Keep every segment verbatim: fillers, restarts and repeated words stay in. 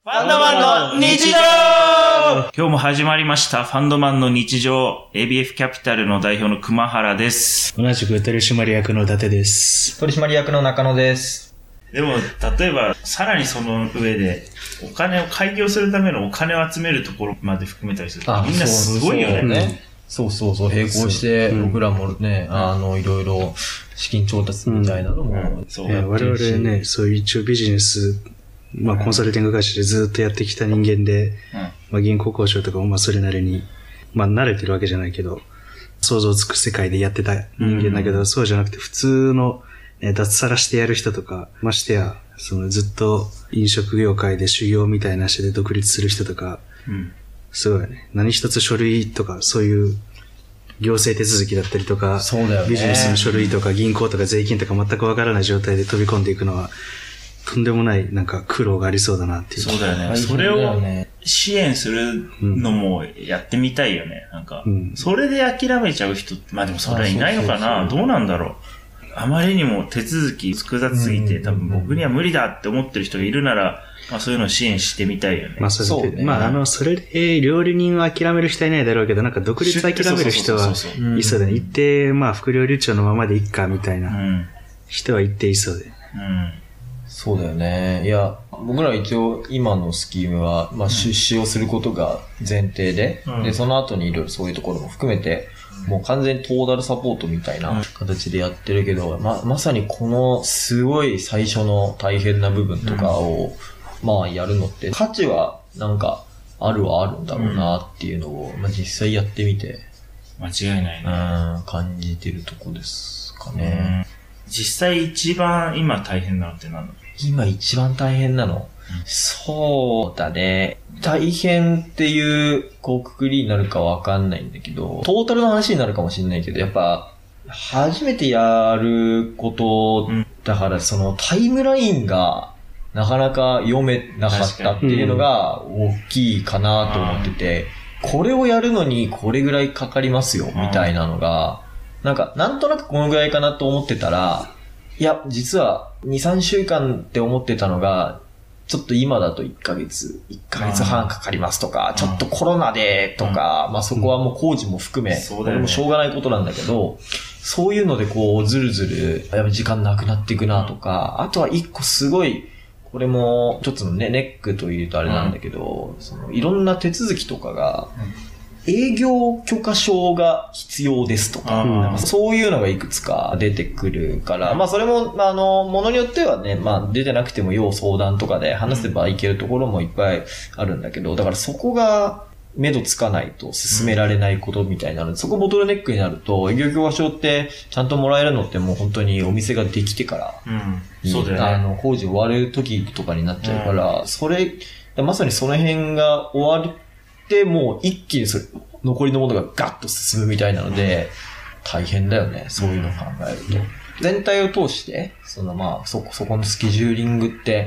ファンドマンの日常。今日も始まりましたファンドマンの日常。 エービーエフ キャピタルの代表の熊原です。 同じく取締役の伊達です。 取締役の中野です。 でも例えばさらにその上でお金を開業するためのお金を集めるところまで含めたりするとみんなすごいよね。 そうそうそう、並行して僕らもね、うん、あのいろいろ資金調達みたいなのも、うん、 そうや我々ね、そういう一応ビジネス、まあコンサルティング会社でずっとやってきた人間で、うん、まあ銀行交渉とかもまあそれなりに、まあ慣れてるわけじゃないけど、想像つく世界でやってた人間だけど、うん、そうじゃなくて普通の、ね、脱サラしてやる人とか、ましてや、そのずっと飲食業界で修行みたいなしてで独立する人とか、うん、すごいね。何一つ書類とかそういう行政手続きだったりとか、 そうだよね、 ビジネスの書類とか銀行とか税金とか全くわからない状態で飛び込んでいくのは、とんでもないなんか苦労がありそうだなっていう。 そうだよね。それを支援するのもやってみたいよね。なんか、うん、それで諦めちゃう人、まあでもそれはいないのかな。どうなんだろう。あまりにも手続き複雑すぎて、多分僕には無理だって思ってる人がいるなら、まあそういうのを支援してみたいよね。 まあそうですね。まああの、それで料理人は諦める人はいないだろうけど、なんか独立諦める人はいそうだね。一定、まあ副料理長のままでいっかみたいな人は一定いそうで。 うんそうだよね。いや、僕ら一応今のスキームは、まあ出資をすることが前提で、うん、で、その後にいろいろそういうところも含めて、もう完全にトータルサポートみたいな形でやってるけど、ま、まさにこのすごい最初の大変な部分とかを、うん、まあやるのって価値はなんかあるはあるんだろうなっていうのを、まあ実際やってみて。 間違いないね。 うん、感じてるとこですかね。 うん、実際一番今大変なのって何なの？ 今一番大変なの、うん、そうだね。大変っていう、こう、くくりになるかわかんないんだけど、トータルの話になるかもしれないけど、やっぱ、初めてやることだから、そのタイムラインがなかなか読めなかったっていうのが大きいかなと思ってて、これをやるのにこれぐらいかかりますよ、みたいなのが、なんか、なんとなくこのぐらいかなと思ってたら、いや、実はに、さんしゅうかんって思ってたのが、ちょっと今だといっかげつ、いっかげつはんかかりますとか、ちょっとコロナでとか、まあそこはもう工事も含め、これもしょうがないことなんだけど、そういうのでこう、ずるずる、やっぱ時間なくなっていくなとか、あとは一個すごい、これも一つのね、ネックというとあれなんだけど、そのいろんな手続きとかが、営業許可証が必要ですとか、なんかそういうのがいくつか出てくるから、まあそれも、あの、ものによってはね、まあ出てなくても要相談とかで話せばいけるところもいっぱいあるんだけど、だからそこが目処つかないと進められないことみたいなので、そこボトルネックになると、営業許可証ってちゃんともらえるのってもう本当にお店ができてから、 うん、そうだよね。 あの、工事終わる時とかになっちゃうから、うん、それ、まさにその辺が終わるでもう一気にそれ残りのものがガッと進むみたいなので、大変だよね、そういうのを考えると。全体を通して、そのまあ、そこ、そこのスケジューリングって、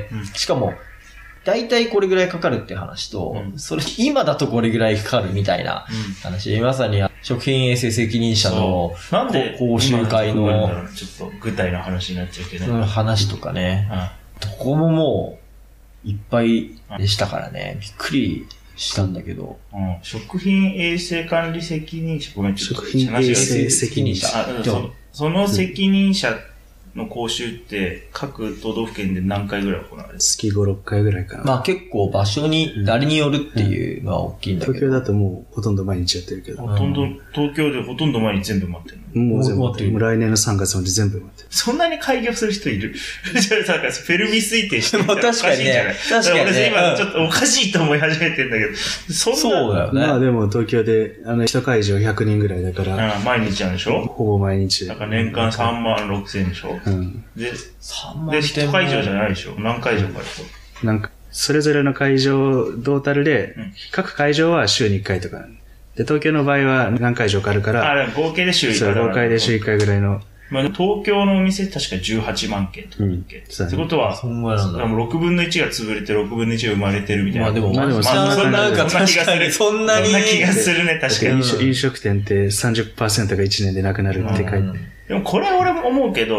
しかも、大体これぐらいかかるって話と、それ今だとこれぐらいかかるみたいな話、まさに食品衛生責任者の講習会の、 ちょっと具体の話になっちゃうけど、 話とかね、どこももういっぱいでしたからね、びっくりしたんだけど、 うん、食品衛生管理責任者、ごめん、ちょっと食品衛生責任者。 あ、そ、その責任者の講習って各都道府県で何回ぐらい行われる？ 月ご、ろっかいぐらいかな。 まあ結構場所に、誰によるっていうのは大きいんだけど。 東京だともうほとんど毎日やってるけど。 ほとんど、東京でほとんど毎日全部待ってるの？ もう全部待ってる。もう来年のさんがつまで全部待ってる。 そんなに開業する人いる？じゃあなんかフェルミ推定してみたらおかしいんじゃない？確かにね。 俺今ちょっとおかしいと思い始めてんだけど、そんな。 そうだよね。 まあでも東京で、あの一会場ひゃくにんぐらいだから。 ああ毎日やるでしょ？ ほぼ毎日。 だから年間さんまんろくせんでしょ？うん。で、 さんまんで、一会場じゃないでしょ？何会場かでしょ？なんか、それぞれの会場、トータルで、うん、各会場は週にいっかいとか。で、東京の場合は何会場かあるから。 あ、合計で週いっかい。 そう、合計で週いっかいぐらいの。 まあ、東京のお店確かじゅうはちまんけんとかいっけん。うん、ってことは、 そんぐらいなんだ。 ろくぶんのいちが潰れてろくぶんのいちが生まれてるみたいな。 まあでも、 まあでも、 そんな気がする。そんなに。 そんな気がするね、確かに。 飲食店って さんじゅっパーセント がいちねんでなくなるって書いて、うん。 でもこれ俺も思うけど、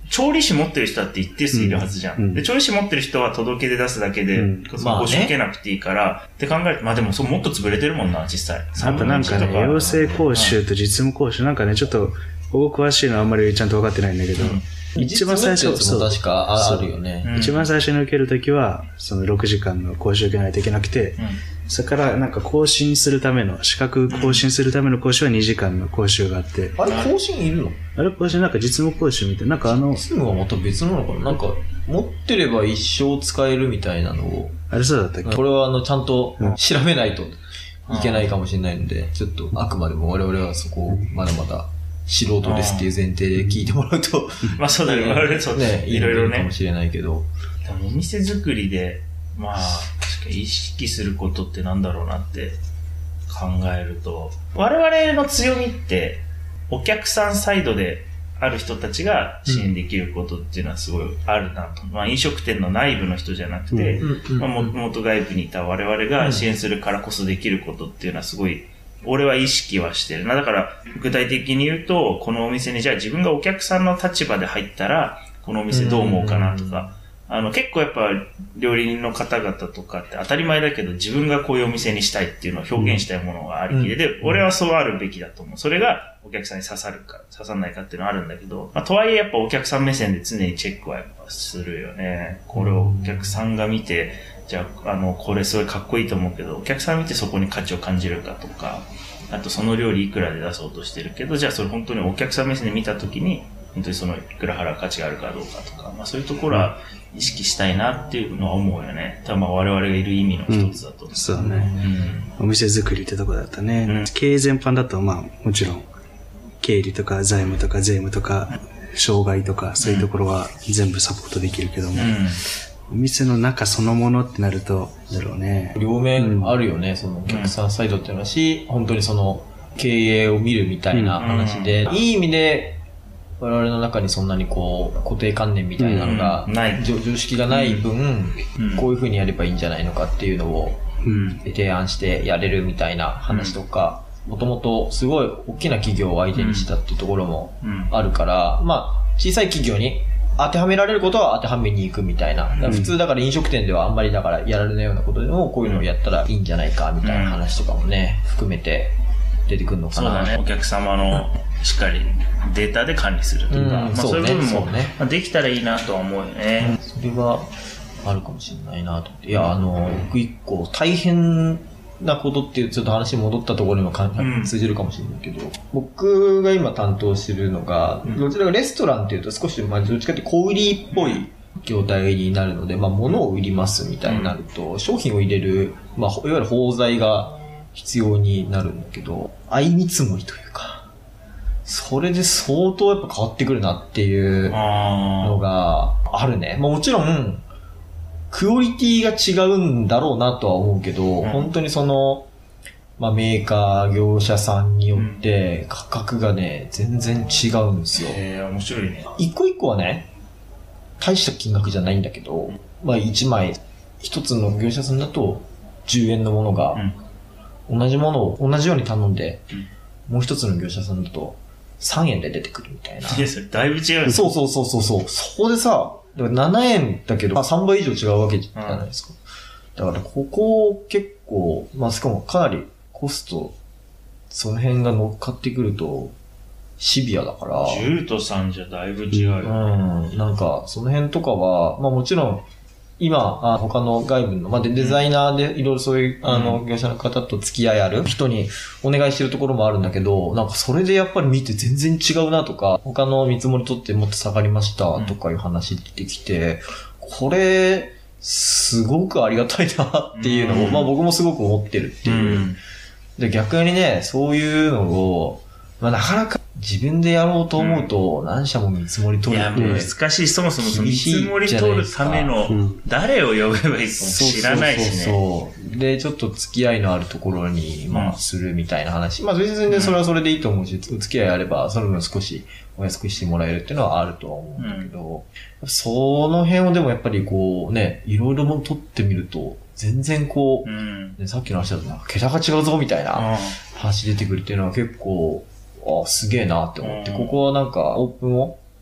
調理師持ってる人だって一定数いるはずじゃん。うん、で、調理師持ってる人は届け出出すだけで、うん、その講習受けなくていいから、まあね、って考えると、まあでもそう、もっと潰れてるもんな、実際。 あとなんかね、養成講習と実務講習、なんかね、ちょっと、僕詳しいのはあんまりちゃんと分かってないんだけど、うん一番最初、そう。確かあるよね。 一番最初に受けるときは、そのろくじかんの講習受けないといけなくて、うん、それからなんか更新するための、資格更新するための講習はにじかんの講習があって。 あれ更新いるの？ あれ更新なんか実務講習みたいな、なんかあの。 実務はまた別なのかな？なんか、持ってれば一生使えるみたいなのを。 あれそうだったっけ？ これはあの、ちゃんと調べないといけないかもしれないので、ちょっとあくまでも我々はそこをまだまだ、素人ですっていう前提で聞いてもらうと。 まあそうだね、我々そうね、 いろいろね。かもしれないけど。 お店作りで、まあ、確かに意識することってなんだろうなって考えると、我々の強みって、お客さんサイドである人たちが支援できることっていうのはすごいあるなと。うん、まあ飲食店の内部の人じゃなくて、うんまあ、もともと外部にいた我々が支援するからこそできることっていうのはすごい、俺は意識はしてるな。だから、具体的に言うと、このお店に、じゃあ自分がお客さんの立場で入ったら、このお店どう思うかなとか、あの、結構やっぱ、料理人の方々とかって当たり前だけど、自分がこういうお店にしたいっていうのを表現したいものがありきで、で、俺はそうあるべきだと思う。それがお客さんに刺さるか、刺さらないかっていうのはあるんだけど、まあ、とはいえやっぱお客さん目線で常にチェックはやっぱするよね。これをお客さんが見て、じゃあ、あの、これすごいかっこいいと思うけど、お客さん見てそこに価値を感じるかとか、あとその料理いくらで出そうとしてるけど、じゃあそれ本当にお客さん目線で見たときに、本当にそのいくら払う価値があるかどうかとか、まあそういうところは意識したいなっていうのは思うよね。多分まあ我々がいる意味の一つだと思う。 うん、そうね、うん。お店作りってとこだったね。うん、経営全般だとまあもちろん、経理とか財務とか税務とか、障害とかそういうところは全部サポートできるけども、うんお店の中そのものってなると、だろうね。 両面あるよね、うん、そのお客さんサイドっていうのはし、うん、本当にその経営を見るみたいな話で、うん、いい意味で我々の中にそんなにこう固定観念みたいなのが、うん、ない常識がない分、うん、こういう風にやればいいんじゃないのかっていうのを提案してやれるみたいな話とか、もともとすごい大きな企業を相手にしたっていうところもあるから、まあ小さい企業に当てはめられることは当てはめに行くみたいな。だから普通だから飲食店ではあんまりだからやられないようなことでもこういうのをやったらいいんじゃないかみたいな話とかもね、うん、含めて出てくるのかな。 そうだね。お客様のしっかりデータで管理するというか、うん、まあそういう部分も、ねまあ、できたらいいなとは思うよね。 うん、それはあるかもしれないなと思って。いや、あの、僕一個大変なことっていうちょっと話戻ったところにもか、うん、通じるかもしれないけど、僕が今担当してるのが、うん、どちらかレストランっていうと少し、まあ、どっちかって小売りっぽい業態になるので、まあ、物を売りますみたいになると、うん、商品を入れる、まあ、いわゆる包材が必要になるんだけど、相見積もりというか、それで相当やっぱ変わってくるなっていうのがあるね。まあ、もちろん、クオリティが違うんだろうなとは思うけど、うん、本当にその、まあメーカー、業者さんによって価格がね、全然違うんですよ。 へー、面白いね。 一個一個はね、大した金額じゃないんだけど、まあ一枚、一つの業者さんだとじゅうえんのものが、同じものを同じように頼んで、うん、もう一つの業者さんだとさんえんで出てくるみたいな。 いや、それだいぶ違う。 そうそうそうそうそう。そこでさ、だからななえんだけど、まあ、さんばい以上違うわけじゃないですか。うん、だからここ結構、まあしかもかなりコスト、その辺が乗っかってくるとシビアだから。 じゅうとさんじゃだいぶ違うよね。 うん。なんかその辺とかは、まあもちろん今、あ他の外部の、まあ、デザイナーでいろいろそういう、あの、業者の方と付き合いある人にお願いしてるところもあるんだけど、なんかそれでやっぱり見て全然違うなとか、他の見積もり取ってもっと下がりましたとかいう話出てきて、これ、すごくありがたいなっていうのを、まあ僕もすごく思ってるっていう。で、逆にね、そういうのを、まあなかなか自分でやろうと思うと何社も見積もり取るって、 いや難しい。そもそもその見積もり取るための誰を呼べばいいかも知らないしね。そうそうそう。で、ちょっと付き合いのあるところに、まあ、するみたいな話。まあ、全然それはそれでいいと思うし、付き合いあれば、その分少しお安くしてもらえるっていうのはあるとは思うんだけど、うん、その辺をでもやっぱりこうね、いろいろも取ってみると、全然こう、うんね、さっきの話だとなんか桁が違うぞみたいな話出てくるっていうのは結構、あ、すげえなって思って、うん、ここはなんかオープンを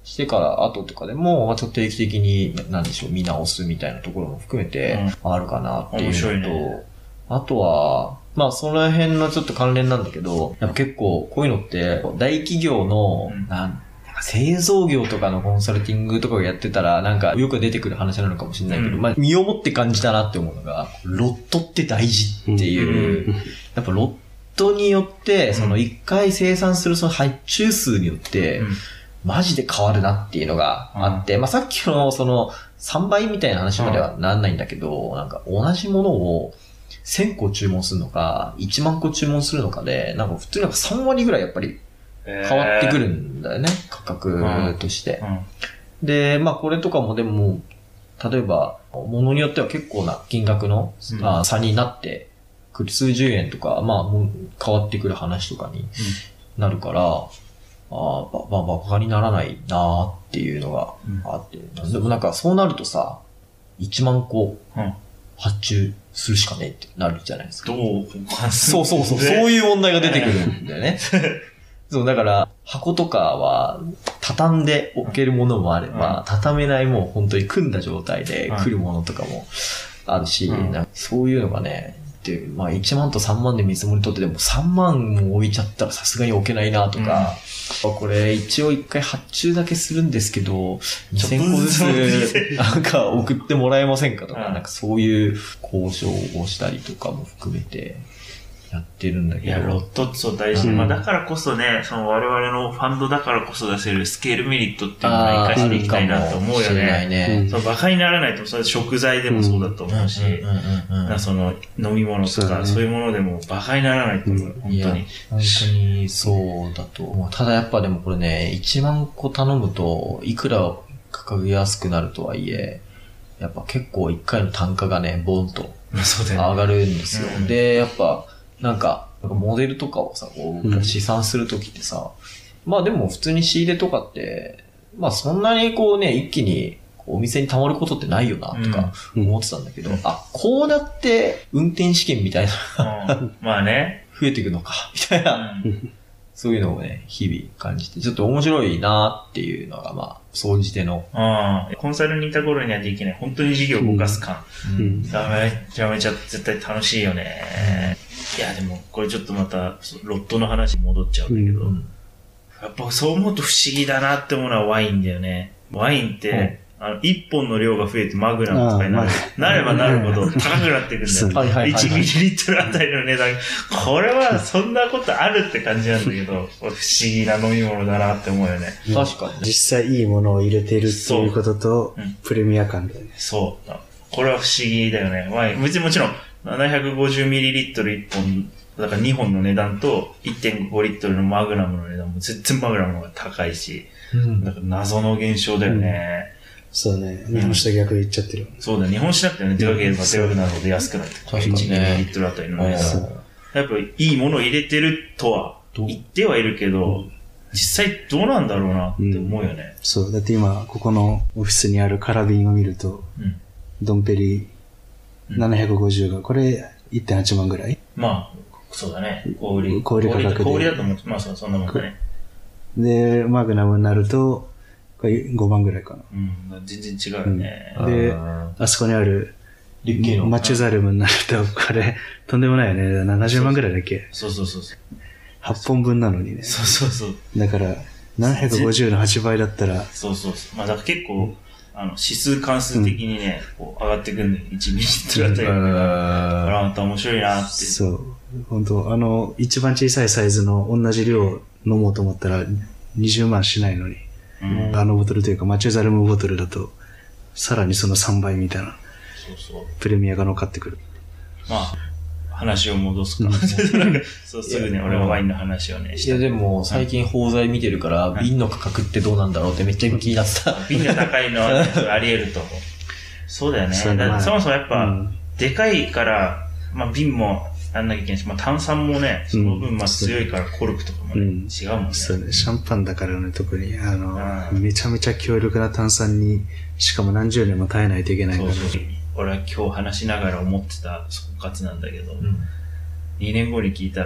してから後とかでも、まあ、ちょっと定期的に、なんでしょう、見直すみたいなところも含めて、あるかなっていうのと、面白いね、あとは、まあ、その辺のちょっと関連なんだけど、やっぱ結構、こういうのって、大企業の、うん、なん製造業とかのコンサルティングとかをやってたら、なんかよく出てくる話なのかもしれないけど、うん、まあ、身をもって感じたなって思うのが、ロットって大事っていう、うん、やっぱロットによって、その一回生産するその発注数によって、うん、マジで変わるなっていうのがあって、うん、まあ、さっきのそのさんばいみたいな話まではなんないんだけど、うん、なんか同じものをせんこ注文するのか、いちまんこ注文するのかで、なんか普通になんかさんわりぐらいやっぱり変わってくるんだよね、えー、価格として、うんうん。で、まあこれとかもでも、例えば、ものによっては結構な金額の、うん、あ差になってくる、数十円とか、まあもう変わってくる話とかになるから、うんああ、まあ、バカにならないなーっていうのがあって、うん。でもなんかそうなるとさ、いちまんこ発注するしかねえってなるじゃないですか。 どうそうそうそう、そういう問題が出てくるんだよね。そう、だから箱とかは畳んで置けるものもあれば、うん、畳めないもう本当に組んだ状態で来るものとかもあるし、うん、なんかそういうのがね、で、まあいちまんとさんまんで見積もり取ってでもさんまんも置いちゃったらさすがに置けないなとか、うん、これ一応一回発注だけするんですけど、にせんこずつなんか送ってもらえませんかとか、うん、なんかそういう交渉をしたりとかも含めてやってるんだけど。 いや、ロットってそう大事、うん。まあだからこそね、その我々のファンドだからこそ出せるスケールメリットっていうのを活かしていきたいなと思うよね。ねそう馬鹿にならないと、それ食材でもそうだと思うし、その飲み物とかそう、ね、そういうものでも馬鹿にならないと思う、うん、本当に。 本当にそうだと思う。ただやっぱでもこれね、いちまんこ頼むと、いくら価格安くなるとはいえ、やっぱ結構いっかいの単価がね、ボンと上がるんですよ。うん、で、やっぱ、なんか、モデルとかをさ、こう、試算するときってさ、うん、まあでも普通に仕入れとかって、まあそんなにこうね、一気にお店に溜まることってないよな、とか思ってたんだけど、うん、あ、こうなって運転試験みたいな、 うん、まあね、 増えていくのか、みたいな、うん、そういうのをね、日々感じて、ちょっと面白いなっていうのが、まあ、総じての。 ああ、コンサルにいた頃にはできない、本当に事業を動かす感。うん。めちゃめちゃ絶対楽しいよね。いや、でも、これちょっとまた、ロットの話に戻っちゃうんだけど、うん、やっぱそう思うと不思議だなって思うのはワインだよね。ワインって、うん、あの、一本の量が増えてマグナムとかになる。なればなるほど高くなってくるんだよ。いちミリリットルあたりの値段。これはそんなことあるって感じなんだけど、不思議な飲み物だなって思うよね。 確かに、ね。 実際いいものを入れてるっていうことと、プレミア感だよね。 そう。これは不思議だよね。ワイン。別にもちろん、ななひゃくごじゅうミリリットルいっぽん、だからにほんの値段と いってんごリットルのマグナムの値段も全然マグナムの方が高いし、うん、だから謎の現象だよね。 うん、そうね。日本酒と逆で言っちゃってる、 うん。そうだ、日本酒だってね、出かければ手軽なので安くなってくる。いちミリリットルあたりの値段。やっぱりいいものを入れてるとは言ってはいるけど、実際どうなんだろうなって思うよね。 うん、そう。だって今、ここのオフィスにあるカラビンを見ると、うん、ドンペリななひゃくごじゅうが、これ いってんはちまんぐらい？ まあ、そうだね。小売り。 小売り価格で。 小売りだと思う。まあそ、そんなもんだね。 で、マグナムになると、これごまんぐらいかな。 うん。全然違うよね。 うん、で、あそこにある、マチュザルムになると、これ、とんでもないよね。ななじゅうまんぐらいだっけ？ そうそうそうそう。 はっぽんぶんなのにね。 そうそうそう。 だから、ななひゃくごじゅうのはちばいだったら。 そうそうそう。まあだから結構、あの、指数関数的にね、うん、こう上がってくんだよ。いちミリリットルあたりが。あら、また面白いなって。 そう。本当あの、一番小さいサイズの同じ量飲もうと思ったらにじゅうまんしないのに。うん、あのボトルというか、マチュザルムボトルだと、さらにそのさんばいみたいな。そうそう。プレミアが乗っかってくる。 まあ、話を戻すか。そうすぐね、俺はワインの話をね、 した。いや、でも、最近包材見てるから、うん、瓶の価格ってどうなんだろうってめっちゃ今気になってた。 瓶が高いのは、ね、あり得ると思う。そうだよね。そ, だそもそもやっぱ、うん、でかいから、まあ瓶もやんなきゃいけないし、まあ炭酸もね、その分まあ強いからコルクとかもね、うん、違うもんね。 そうね。シャンパンだからね、特に、あの、うん、めちゃめちゃ強力な炭酸に、しかも何十年も耐えないといけないから。そうそう。 俺は今日話しながら思ってた総括なんだけど、うん、にねんごに聞いたら、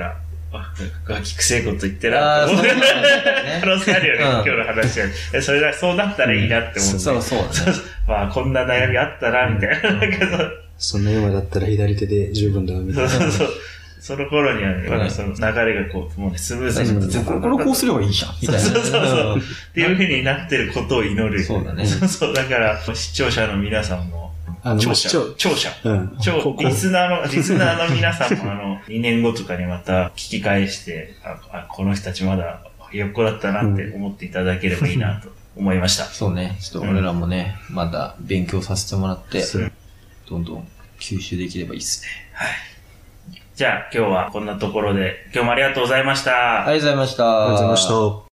ガキくせえこと言ってなって思う可能性あるよね、今日の話は。それがそうなったらいいなって思って。 そうそう。 まあこんな悩みあったな、みたいな。なんかそんな今だったら左手で十分だ、みたいな。 そうそうそう。その頃にはね、まだその流れがこう、もうね、スムーズに。 これこうすればいいじゃん、みたいな。 そうそうそう。っていう風になってることを祈る。 そうだね。 そうそう。だから、視聴者の皆さんも、 あの、 聴者。聴者。うん。聴、リスナーの、リスナーの皆さんも、あの、にねんごとかにまた聞き返して、あ、この人たちまだ、ひよっこだったなって思っていただければいいなと思いました。 そうね。ちょっと俺らもね、うん、まだ勉強させてもらって、どんどん吸収できればいいですね。 はい。じゃあ今日はこんなところで、今日もありがとうございました。 ありがとうございました。 ありがとうございました。